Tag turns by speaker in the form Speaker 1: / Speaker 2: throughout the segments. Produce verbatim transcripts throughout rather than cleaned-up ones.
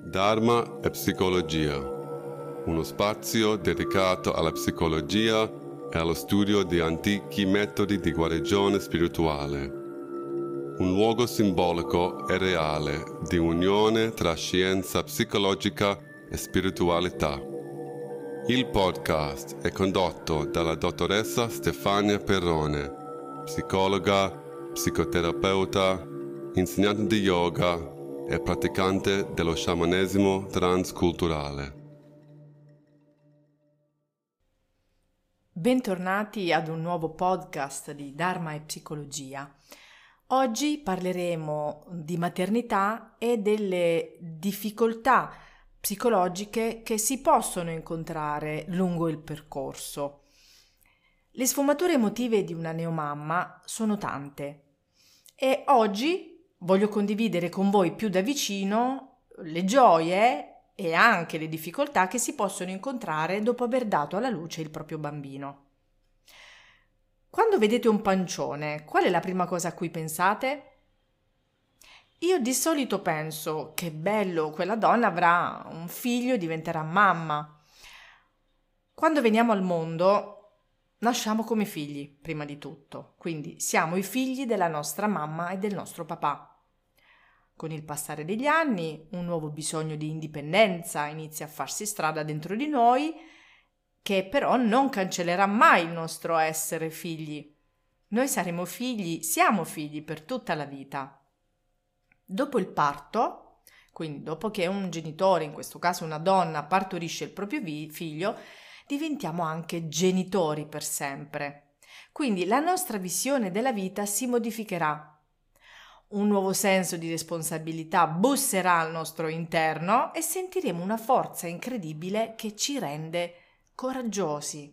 Speaker 1: Dharma e psicologia, uno spazio dedicato alla psicologia e allo studio di antichi metodi di guarigione spirituale. Un luogo simbolico e reale di unione tra scienza psicologica e spiritualità. Il podcast è condotto dalla dottoressa Stefania Perrone, psicologa, psicoterapeuta, insegnante di yoga e praticante dello sciamanesimo transculturale.
Speaker 2: Bentornati ad un nuovo podcast di Dharma e Psicologia. Oggi parleremo di maternità e delle difficoltà psicologiche che si possono incontrare lungo il percorso. Le sfumature emotive di una neomamma sono tante e oggi voglio condividere con voi più da vicino le gioie e anche le difficoltà che si possono incontrare dopo aver dato alla luce il proprio bambino. Quando vedete un pancione, qual è la prima cosa a cui pensate? Io di solito penso che bello, quella donna avrà un figlio e diventerà mamma. Quando veniamo al mondo nasciamo come figli, prima di tutto, quindi siamo i figli della nostra mamma e del nostro papà. Con il passare degli anni, un nuovo bisogno di indipendenza inizia a farsi strada dentro di noi, che però non cancellerà mai il nostro essere figli. Noi saremo figli, siamo figli per tutta la vita. Dopo il parto, quindi dopo che un genitore, in questo caso una donna, partorisce il proprio vi- figlio, diventiamo anche genitori per sempre. Quindi la nostra visione della vita si modificherà. Un nuovo senso di responsabilità busserà al nostro interno e sentiremo una forza incredibile che ci rende coraggiosi.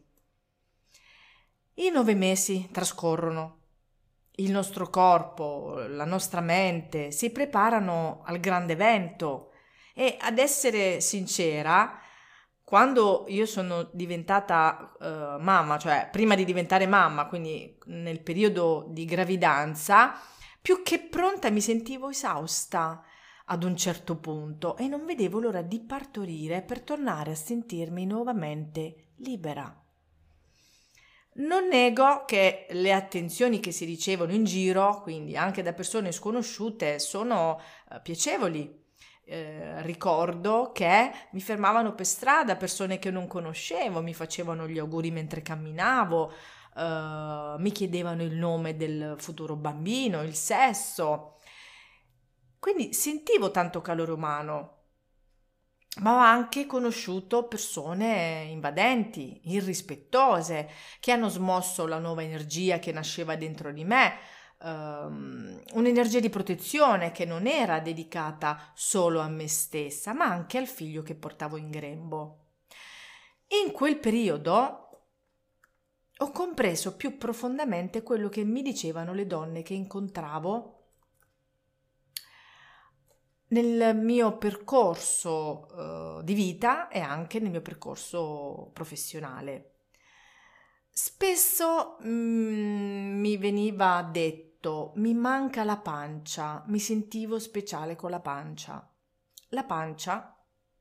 Speaker 2: I nove mesi trascorrono. Il nostro corpo, la nostra mente si preparano al grande evento e, ad essere sincera, quando io sono diventata uh, mamma, cioè prima di diventare mamma, quindi nel periodo di gravidanza, più che pronta mi sentivo esausta ad un certo punto e non vedevo l'ora di partorire per tornare a sentirmi nuovamente libera. Non nego che le attenzioni che si ricevono in giro, quindi anche da persone sconosciute, sono uh, piacevoli. Eh, ricordo che mi fermavano per strada persone che non conoscevo, mi facevano gli auguri mentre camminavo, eh, mi chiedevano il nome del futuro bambino, il sesso. Quindi sentivo tanto calore umano, ma ho anche conosciuto persone invadenti, irrispettose, che hanno smosso la nuova energia che nasceva dentro di me, um, un'energia di protezione che non era dedicata solo a me stessa, ma anche al figlio che portavo in grembo. In quel periodo ho compreso più profondamente quello che mi dicevano le donne che incontravo nel mio percorso uh, di vita e anche nel mio percorso professionale. Spesso mm, mi veniva detto: mi manca la pancia, mi sentivo speciale con la pancia. La pancia,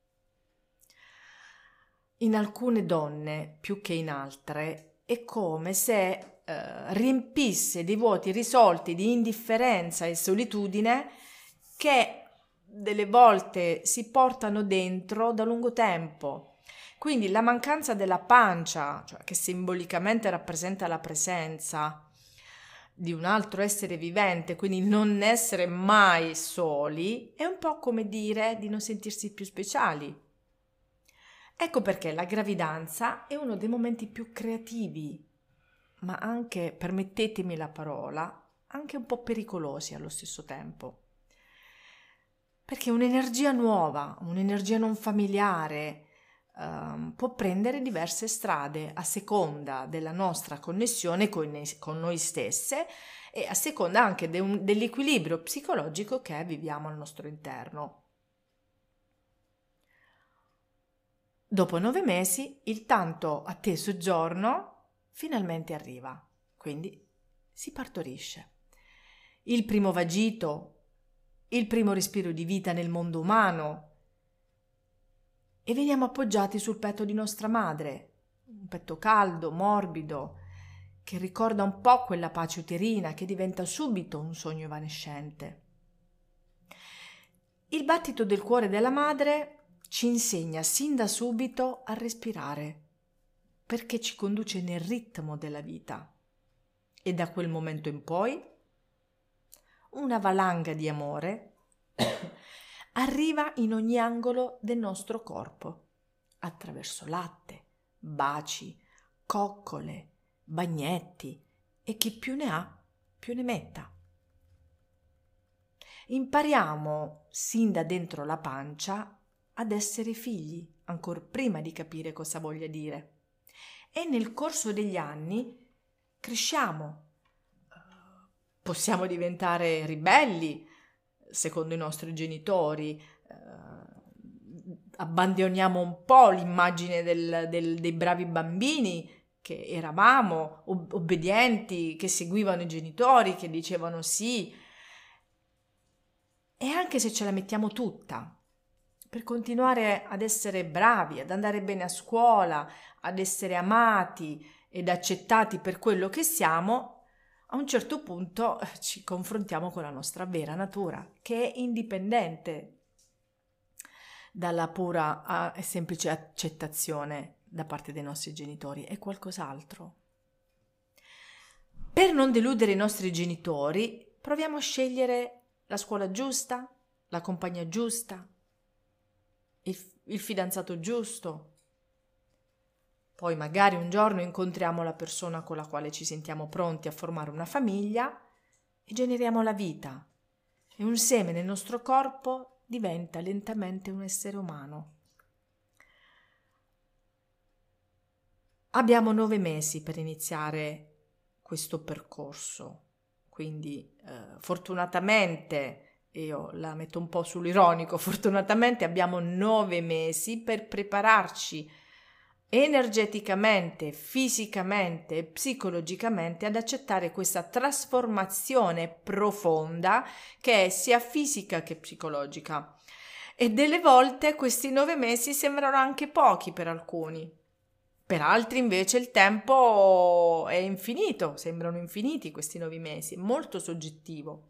Speaker 2: in alcune donne più che in altre, è come se eh, riempisse dei vuoti irrisolti di indifferenza e solitudine che delle volte si portano dentro da lungo tempo. Quindi la mancanza della pancia, cioè che simbolicamente rappresenta la presenza di un altro essere vivente, quindi non essere mai soli, è un po' come dire di non sentirsi più speciali. Ecco perché la gravidanza è uno dei momenti più creativi, ma anche, permettetemi la parola, anche un po' pericolosi allo stesso tempo. Perché un'energia nuova, un'energia non familiare, um, può prendere diverse strade a seconda della nostra connessione con, ne- con noi stesse e a seconda anche de un, dell'equilibrio psicologico che viviamo al nostro interno. Dopo nove mesi, il tanto atteso giorno finalmente arriva, quindi si partorisce. Il primo vagito, il primo respiro di vita nel mondo umano, e veniamo appoggiati sul petto di nostra madre, un petto caldo, morbido, che ricorda un po' quella pace uterina che diventa subito un sogno evanescente. Il battito del cuore della madre ci insegna sin da subito a respirare, perché ci conduce nel ritmo della vita. E da quel momento in poi una valanga di amore arriva in ogni angolo del nostro corpo, attraverso latte, baci, coccole, bagnetti e chi più ne ha più ne metta. Impariamo sin da dentro la pancia ad essere figli, ancor prima di capire cosa voglia dire. E nel corso degli anni cresciamo. Possiamo diventare ribelli, secondo i nostri genitori, eh, abbandoniamo un po' l'immagine del, del, dei bravi bambini che eravamo, ob- obbedienti, che seguivano i genitori, che dicevano sì. E anche se ce la mettiamo tutta per continuare ad essere bravi, ad andare bene a scuola, ad essere amati ed accettati per quello che siamo, a un certo punto ci confrontiamo con la nostra vera natura, che è indipendente dalla pura e semplice accettazione da parte dei nostri genitori, è qualcos'altro. Per non deludere i nostri genitori, proviamo a scegliere la scuola giusta, la compagnia giusta, il, il fidanzato giusto. Poi magari un giorno incontriamo la persona con la quale ci sentiamo pronti a formare una famiglia e generiamo la vita. E un seme nel nostro corpo diventa lentamente un essere umano. Abbiamo nove mesi per iniziare questo percorso, quindi eh, fortunatamente, io la metto un po' sull'ironico, fortunatamente abbiamo nove mesi per prepararci energeticamente, fisicamente e psicologicamente ad accettare questa trasformazione profonda che è sia fisica che psicologica. E delle volte questi nove mesi sembrano anche pochi per alcuni. Per altri invece il tempo è infinito, sembrano infiniti questi nove mesi, è molto soggettivo.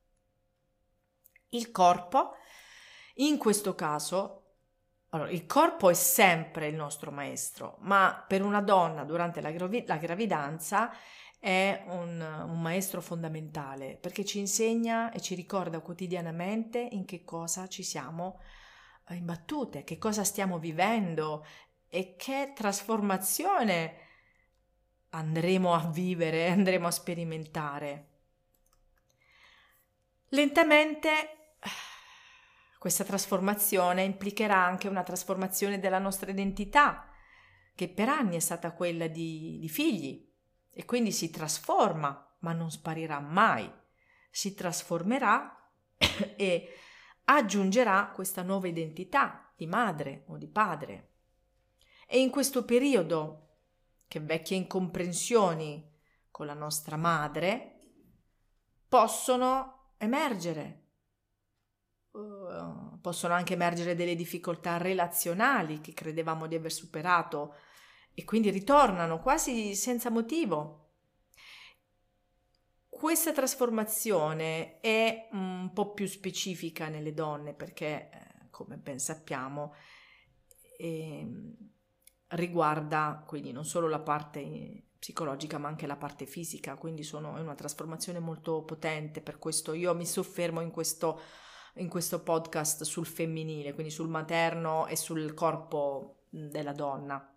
Speaker 2: Il corpo, in questo caso, allora, il corpo è sempre il nostro maestro, ma per una donna durante la, gravi- la gravidanza è un, un maestro fondamentale perché ci insegna e ci ricorda quotidianamente in che cosa ci siamo imbattute, che cosa stiamo vivendo e che trasformazione andremo a vivere, andremo a sperimentare. Lentamente questa trasformazione implicherà anche una trasformazione della nostra identità, che per anni è stata quella di, di figli, e quindi si trasforma, ma non sparirà mai. Si trasformerà e aggiungerà questa nuova identità di madre o di padre. E in questo periodo, che vecchie incomprensioni con la nostra madre possono emergere. Uh, possono anche emergere delle difficoltà relazionali che credevamo di aver superato e quindi ritornano quasi senza motivo. Questa trasformazione è un po' più specifica nelle donne perché, eh, come ben sappiamo, eh, riguarda quindi non solo la parte psicologica ma anche la parte fisica, quindi sono, è una trasformazione molto potente. Per questo io mi soffermo in questo in questo podcast sul femminile, quindi sul materno e sul corpo della donna.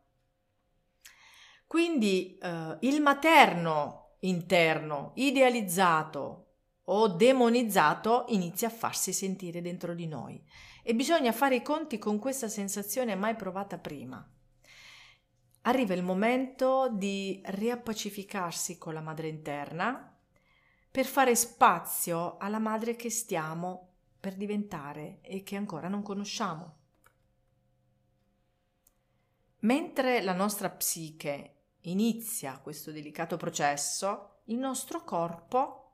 Speaker 2: Quindi eh, il materno interno, idealizzato o demonizzato, inizia a farsi sentire dentro di noi e bisogna fare i conti con questa sensazione mai provata prima. Arriva il momento di riappacificarsi con la madre interna per fare spazio alla madre che stiamo per diventare e che ancora non conosciamo. Mentre la nostra psiche inizia questo delicato processo, il nostro corpo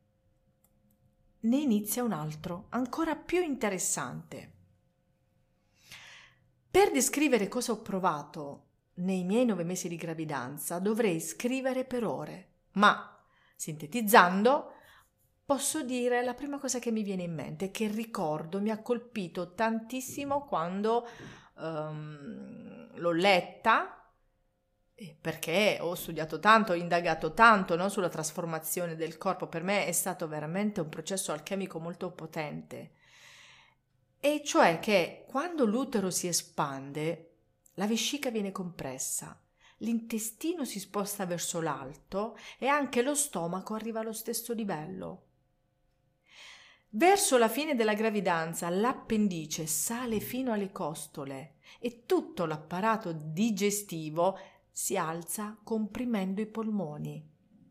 Speaker 2: ne inizia un altro, ancora più interessante. Per descrivere cosa ho provato nei miei nove mesi di gravidanza dovrei scrivere per ore, ma sintetizzando posso dire la prima cosa che mi viene in mente, che ricordo mi ha colpito tantissimo quando um, l'ho letta, perché ho studiato tanto, ho indagato tanto, no, sulla trasformazione del corpo. Per me è stato veramente un processo alchemico molto potente, e cioè che quando l'utero si espande, la vescica viene compressa, l'intestino si sposta verso l'alto e anche lo stomaco arriva allo stesso livello. Verso la fine della gravidanza l'appendice sale fino alle costole e tutto l'apparato digestivo si alza comprimendo i polmoni.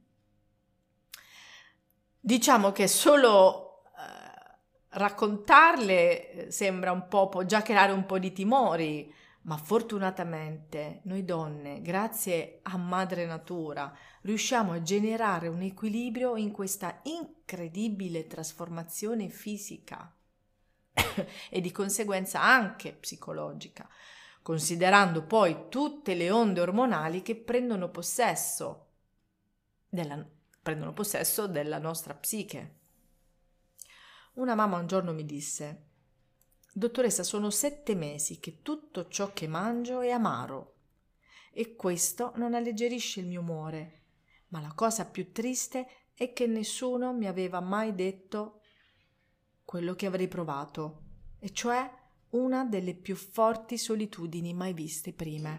Speaker 2: Diciamo che solo eh, raccontarle sembra un po', può già creare un po' di timori, ma fortunatamente noi donne, grazie a Madre Natura, riusciamo a generare un equilibrio in questa incredibile trasformazione fisica e di conseguenza anche psicologica, considerando poi tutte le onde ormonali che prendono possesso della, prendono possesso della nostra psiche. Una mamma un giorno mi disse: dottoressa, sono sette mesi che tutto ciò che mangio è amaro e questo non alleggerisce il mio umore, ma la cosa più triste è che nessuno mi aveva mai detto quello che avrei provato, e cioè una delle più forti solitudini mai viste prima.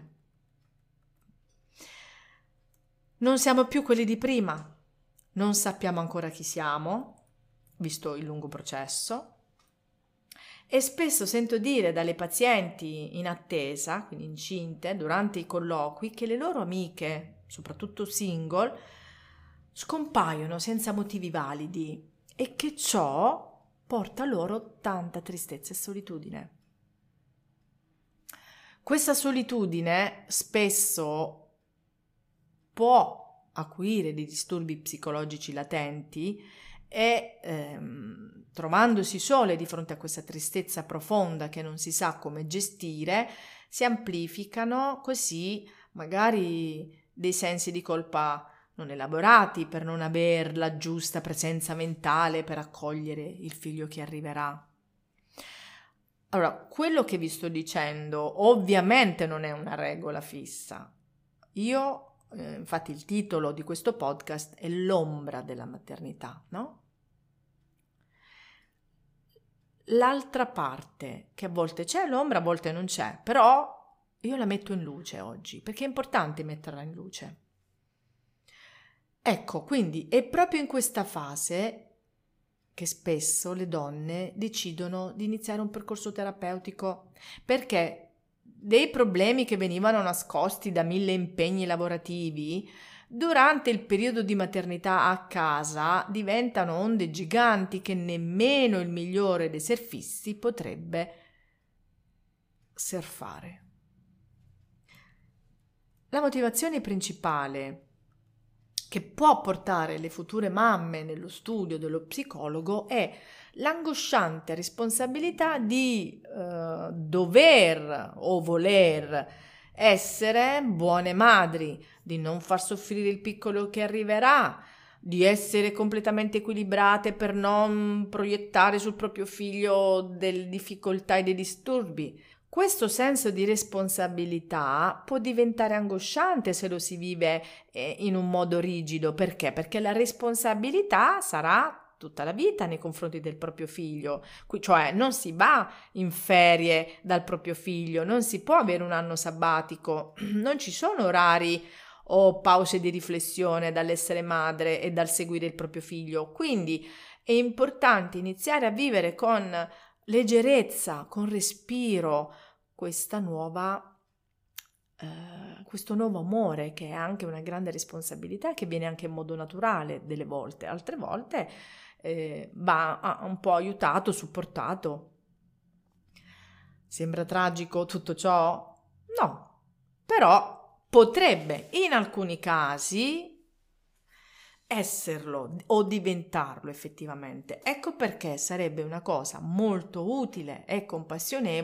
Speaker 2: Non siamo più quelli di prima, non sappiamo ancora chi siamo, visto il lungo processo, e spesso sento dire dalle pazienti in attesa, quindi incinte, durante i colloqui, che le loro amiche, soprattutto single, scompaiono senza motivi validi e che ciò porta loro tanta tristezza e solitudine. Questa solitudine spesso può acuire dei disturbi psicologici latenti e ehm, trovandosi sole di fronte a questa tristezza profonda che non si sa come gestire, si amplificano così magari dei sensi di colpa non elaborati per non aver la giusta presenza mentale per accogliere il figlio che arriverà. Allora, quello che vi sto dicendo ovviamente non è una regola fissa. Io, eh, infatti il titolo di questo podcast è L'ombra della maternità, no? L'altra parte, che a volte c'è l'ombra, a volte non c'è, però io la metto in luce oggi, perché è importante metterla in luce. Ecco, quindi è proprio in questa fase che spesso le donne decidono di iniziare un percorso terapeutico, perché dei problemi che venivano nascosti da mille impegni lavorativi durante il periodo di maternità a casa diventano onde giganti che nemmeno il migliore dei surfisti potrebbe surfare. La motivazione principale che può portare le future mamme nello studio dello psicologo è l'angosciante responsabilità di eh, dover o voler essere buone madri, di non far soffrire il piccolo che arriverà, di essere completamente equilibrate per non proiettare sul proprio figlio delle difficoltà e dei disturbi. Questo senso di responsabilità può diventare angosciante se lo si vive eh, in un modo rigido. Perché? Perché la responsabilità sarà tutta la vita nei confronti del proprio figlio, cioè non si va in ferie dal proprio figlio, non si può avere un anno sabbatico, non ci sono orari o pause di riflessione dall'essere madre e dal seguire il proprio figlio. Quindi è importante iniziare a vivere con leggerezza, con respiro, questa nuova, eh, questo nuovo amore, che è anche una grande responsabilità, che viene anche in modo naturale delle volte, altre volte eh, va un po' aiutato, supportato. Sembra tragico tutto ciò? No, però potrebbe in alcuni casi esserlo o diventarlo effettivamente. Ecco perché sarebbe una cosa molto utile e compassionevole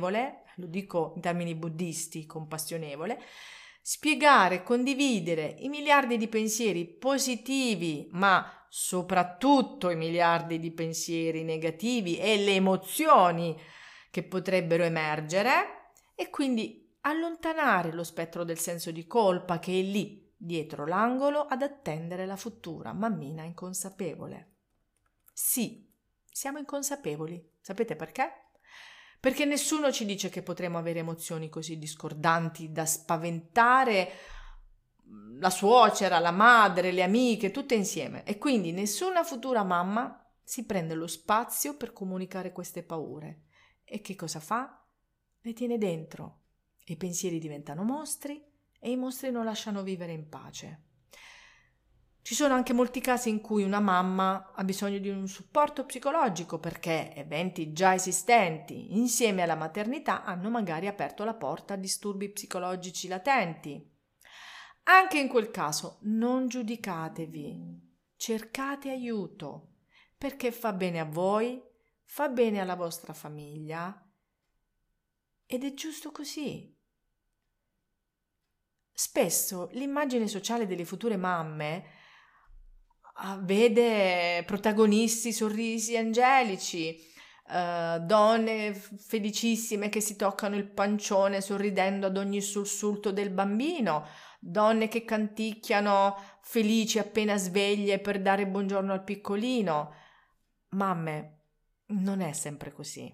Speaker 2: lo dico in termini buddisti, compassionevole, spiegare e condividere i miliardi di pensieri positivi, ma soprattutto i miliardi di pensieri negativi e le emozioni che potrebbero emergere, e quindi allontanare lo spettro del senso di colpa che è lì, dietro l'angolo, ad attendere la futura mammina inconsapevole. Sì, siamo inconsapevoli. Sapete perché? Perché nessuno ci dice che potremo avere emozioni così discordanti da spaventare la suocera, la madre, le amiche, tutte insieme. E quindi nessuna futura mamma si prende lo spazio per comunicare queste paure. E che cosa fa? Le tiene dentro. I pensieri diventano mostri e i mostri non lasciano vivere in pace. Ci sono anche molti casi in cui una mamma ha bisogno di un supporto psicologico perché eventi già esistenti insieme alla maternità hanno magari aperto la porta a disturbi psicologici latenti. Anche in quel caso non giudicatevi, cercate aiuto, perché fa bene a voi, fa bene alla vostra famiglia ed è giusto così. Spesso l'immagine sociale delle future mamme vede protagonisti sorrisi angelici, eh, donne felicissime che si toccano il pancione sorridendo ad ogni sussulto del bambino, donne che canticchiano felici appena sveglie per dare buongiorno al piccolino. Mamme, non è sempre così.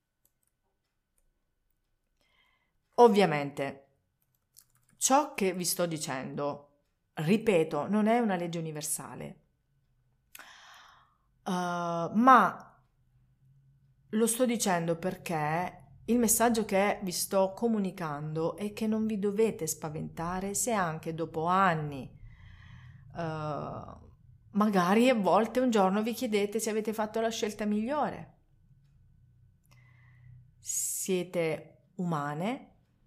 Speaker 2: Ovviamente, ciò che vi sto dicendo, ripeto, non è una legge universale. Uh, ma lo sto dicendo perché il messaggio che vi sto comunicando è che non vi dovete spaventare se anche dopo anni, uh, magari a volte un giorno vi chiedete se avete fatto la scelta migliore. Siete umane,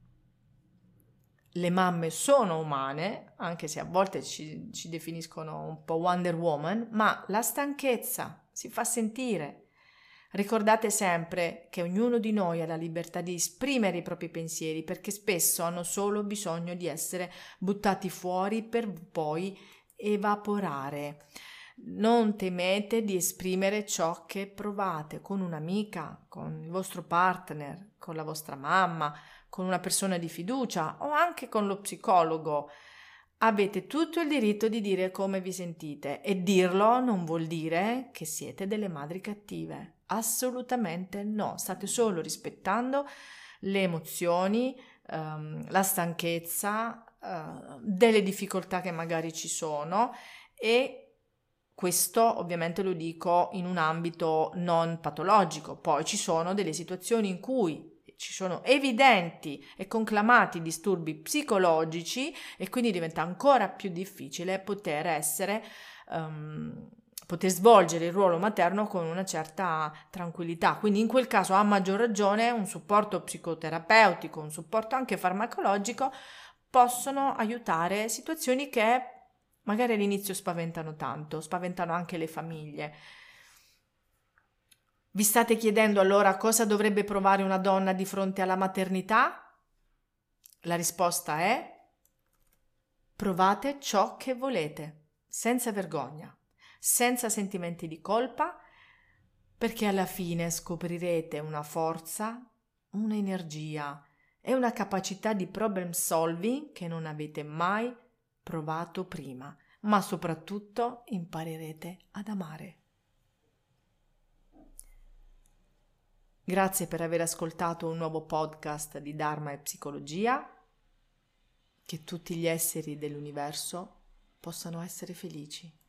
Speaker 2: le mamme sono umane, anche se a volte ci, ci definiscono un po' Wonder Woman, ma la stanchezza si fa sentire. Ricordate sempre che ognuno di noi ha la libertà di esprimere i propri pensieri, perché spesso hanno solo bisogno di essere buttati fuori per poi evaporare. Non temete di esprimere ciò che provate con un'amica, con il vostro partner, con la vostra mamma, con una persona di fiducia o anche con lo psicologo. Avete tutto il diritto di dire come vi sentite e dirlo non vuol dire che siete delle madri cattive. Assolutamente no, state solo rispettando le emozioni, ehm, la stanchezza, eh, delle difficoltà che magari ci sono, e questo ovviamente lo dico in un ambito non patologico. Poi ci sono delle situazioni in cui ci sono evidenti e conclamati disturbi psicologici e quindi diventa ancora più difficile poter essere um, poter svolgere il ruolo materno con una certa tranquillità. Quindi in quel caso, a maggior ragione, un supporto psicoterapeutico, un supporto anche farmacologico possono aiutare situazioni che magari all'inizio spaventano tanto, spaventano anche le famiglie. Vi state chiedendo allora cosa dovrebbe provare una donna di fronte alla maternità? La risposta è: provate ciò che volete, senza vergogna, senza sentimenti di colpa, perché alla fine scoprirete una forza, un'energia e una capacità di problem solving che non avete mai provato prima, ma soprattutto imparerete ad amare. Grazie per aver ascoltato un nuovo podcast di Dharma e Psicologia. Che tutti gli esseri dell'universo possano essere felici.